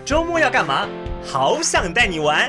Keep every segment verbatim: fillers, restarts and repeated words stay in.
周末要干嘛？好想带你玩。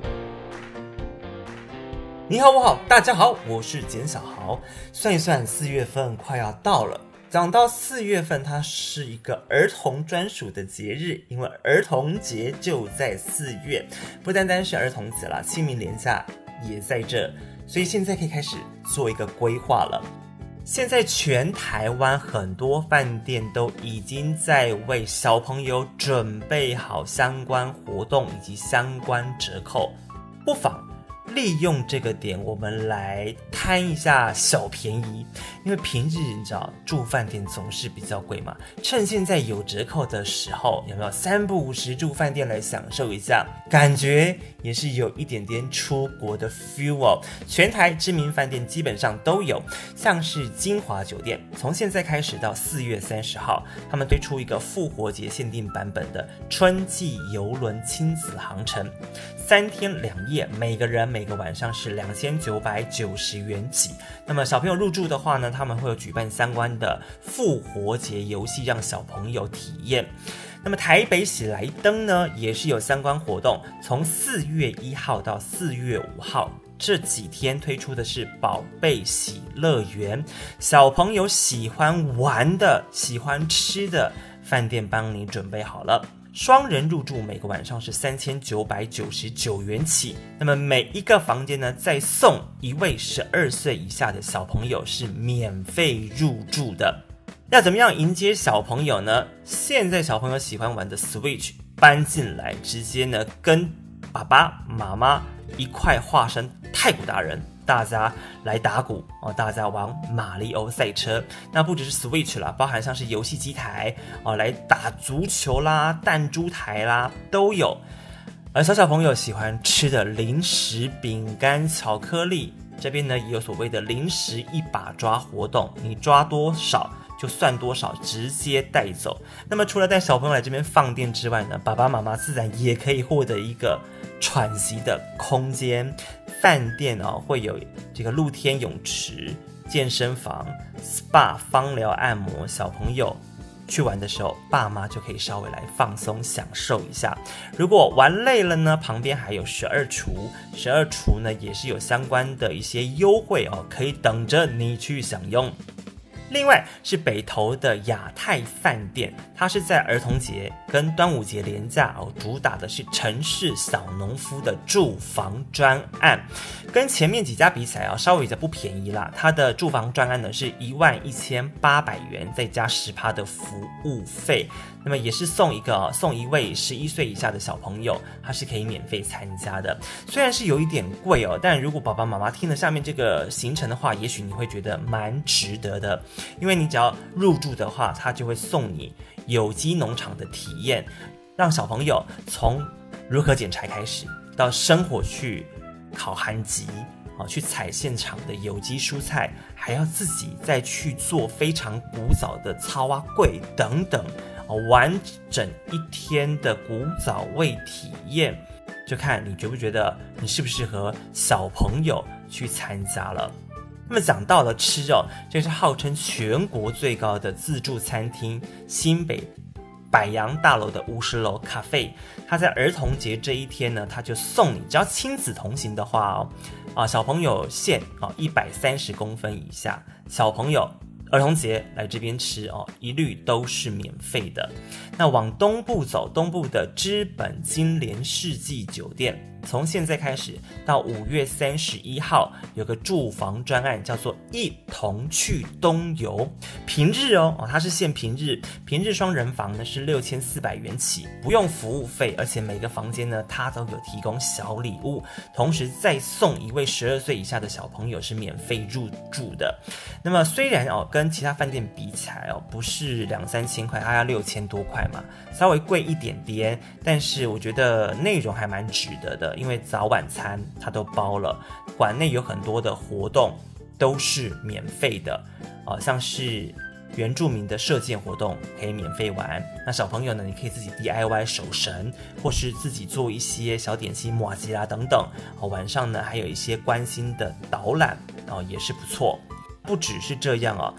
你好，我好，大家好，我是简小豪。算一算，四月份快要到了。讲到四月份，它是一个儿童专属的节日，因为儿童节就在四月。不单单是儿童节啦，清明连假也在这，所以现在可以开始做一个规划了。现在全台湾很多饭店都已经在为小朋友准备好相关活动以及相关折扣，不妨利用这个点，我们来贪一下小便宜。因为平日你知道住饭店总是比较贵嘛，趁现在有折扣的时候，有没有三不五时住饭店来享受一下？感觉也是有一点点出国的 feel 哦。全台知名饭店基本上都有，像是金华酒店，从现在开始到四月三十号，他们推出一个复活节限定版本的春季邮轮亲子航程，三天两夜，每个人每个晚上是两千九百九十元起。那么小朋友入住的话呢，他们会有举办相关的复活节游戏让小朋友体验。那么台北喜来登呢也是有相关活动，从四月一号到四月五号这几天推出的是宝贝喜乐园，小朋友喜欢玩的喜欢吃的饭店帮你准备好了。双人入住每个晚上是三千九百九十九元起，那么每一个房间呢再送一位十二岁以下的小朋友是免费入住的。要怎么样迎接小朋友呢？现在小朋友喜欢玩的 Switch 搬进来，直接呢跟爸爸妈妈一块化身太鼓达人，大家来打鼓哦，大家玩马里欧赛车。那不只是 Switch 啦，包含像是游戏机台哦，来打足球啦、弹珠台啦都有。而小小朋友喜欢吃的零食、饼干、巧克力，这边呢也有所谓的零食一把抓活动，你抓多少就算多少，直接带走。那么除了带小朋友来这边放电之外呢，爸爸妈妈自然也可以获得一个喘息的空间。饭店哦会有这个露天泳池、健身房、S P A 芳疗按摩，小朋友去玩的时候，爸妈就可以稍微来放松享受一下。如果玩累了呢，旁边还有十二厨，十二厨呢也是有相关的一些优惠哦，可以等着你去享用。另外是北投的亚太饭店，它是在儿童节跟端午节连假哦，主打的是城市小农夫的住房专案，跟前面几家比起来啊，稍微比较不便宜啦。它的住房专案呢是一万一千八百元，再加 百分之十 的服务费。那么也是送一个、哦、送一位十一岁以下的小朋友，他是可以免费参加的。虽然是有一点贵哦，但如果爸爸妈妈听了下面这个行程的话，也许你会觉得蛮值得的。因为你只要入住的话，他就会送你有机农场的体验，让小朋友从如何剪柴开始，到生火去烤寒吉，去采现场的有机蔬菜，还要自己再去做非常古早的草仔粿等等，完整一天的古早味体验，就看你觉不觉得你适不适合小朋友去参加了。那么讲到了吃哦，这是号称全国最高的自助餐厅新北百洋大楼的五十楼咖啡，它在儿童节这一天呢，它就送你，只要亲子同行的话哦，啊小朋友限啊一百三十公分以下，小朋友儿童节来这边吃哦，一律都是免费的。那往东部走，东部的知本金莲世纪酒店，从现在开始到五月三十一号，有个住房专案叫做一同去东游，平日哦，哦它是限平日，平日双人房呢是六千四百元起，不用服务费，而且每个房间呢它都有提供小礼物，同时再送一位十二岁以下的小朋友是免费入住的。那么虽然哦跟其他饭店比起来哦，不是两三千块，它要六千多块嘛，稍微贵一点点，但是我觉得内容还蛮值得的，因为早晚餐它都包了，馆内有很多的活动都是免费的，呃，像是原住民的射箭活动可以免费玩。那小朋友呢，你可以自己 D I Y 手绳，或是自己做一些小点心、麻糬啦等等。哦，晚上呢还有一些关心的导览哦，也是不错。不只是这样哦。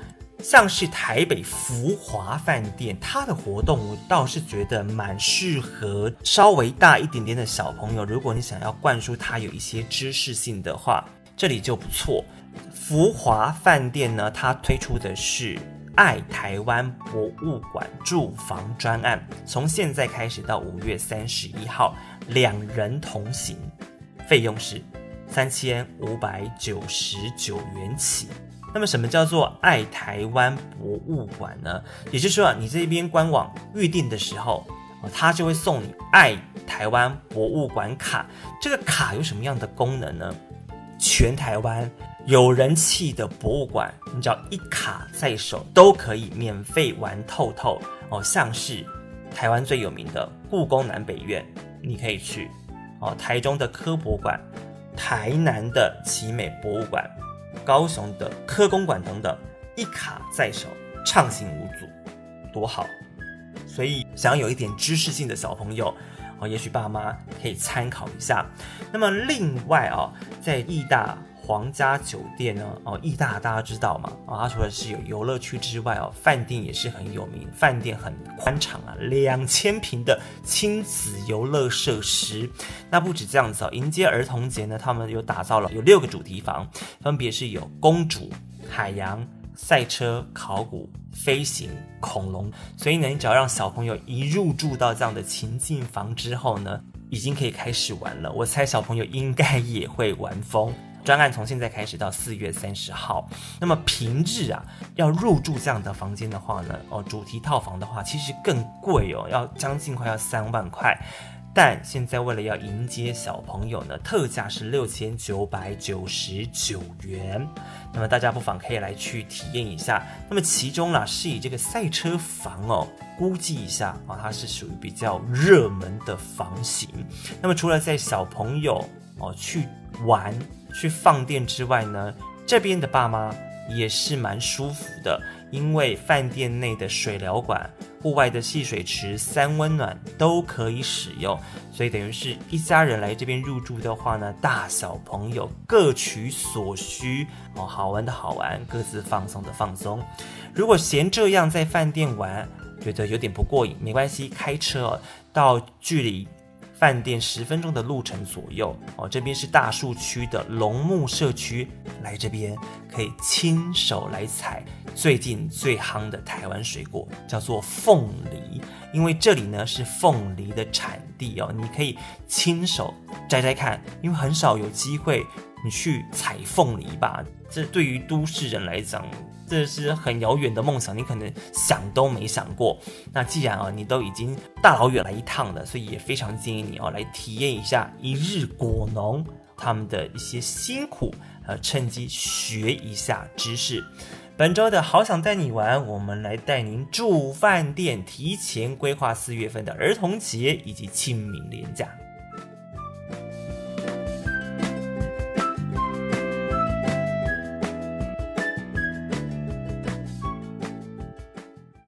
像是台北福华饭店，它的活动我倒是觉得蛮适合稍微大一点点的小朋友，如果你想要灌输它有一些知识性的话，这里就不错。福华饭店呢，它推出的是爱台湾博物馆住房专案，从现在开始到五月三十一号，两人同行，费用是三千五百九十九元起。那么什么叫做爱台湾博物馆呢？也就是说，你这边官网预定的时候，它就会送你爱台湾博物馆卡。这个卡有什么样的功能呢？全台湾有人气的博物馆，你只要一卡在手，都可以免费玩透透哦。像是台湾最有名的故宫南北院，你可以去哦；台中的科博馆、台南的奇美博物馆、高雄的科工馆等等，一卡在手，畅行无阻，多好！所以想要有一点知识性的小朋友，哦，也许爸妈可以参考一下。那么另外啊、哦，在义大皇家酒店呢，哦，义大大家知道嘛，哦，它除了是有游乐区之外哦，饭店也是很有名，饭店很宽敞啊，两千平的亲子游乐设施。那不止这样子哦，迎接儿童节呢，他们有打造了有六个主题房，分别是有公主、海洋、赛车、考古、飞行、恐龙。所以呢，你只要让小朋友一入住到这样的情境房之后呢，已经可以开始玩了。我猜小朋友应该也会玩疯。专案从现在开始到四月三十号。那么平日啊，要入住这样的房间的话呢，哦，主题套房的话，其实更贵哦，要将近快要三万块。但现在为了要迎接小朋友呢，特价是六千九百九十九元。那么大家不妨可以来去体验一下。那么其中啦，是以这个赛车房哦，估计一下啊，它是属于比较热门的房型。那么除了在小朋友哦去玩、去放电之外呢，这边的爸妈也是蛮舒服的，因为饭店内的水疗馆、户外的戏水池、三温暖都可以使用，所以等于是一家人来这边入住的话呢，大小朋友各取所需哦，好玩的好玩，各自放松的放松。如果嫌这样在饭店玩觉得有点不过瘾，没关系，开车哦到距离饭店十分钟的路程左右哦，这边是大树区的龙木社区，来这边可以亲手来采最近最夯的台湾水果，叫做凤梨。因为这里呢是凤梨的产地哦，你可以亲手摘摘看，因为很少有机会你去采凤梨吧，这对于都市人来讲，这是很遥远的梦想，你可能想都没想过。那既然啊，你都已经大老远来一趟了，所以也非常建议你哦，来体验一下一日果农他们的一些辛苦，呃，趁机学一下知识。本周的好想带你玩，我们来带您住饭店，提前规划四月份的儿童节以及清明连假。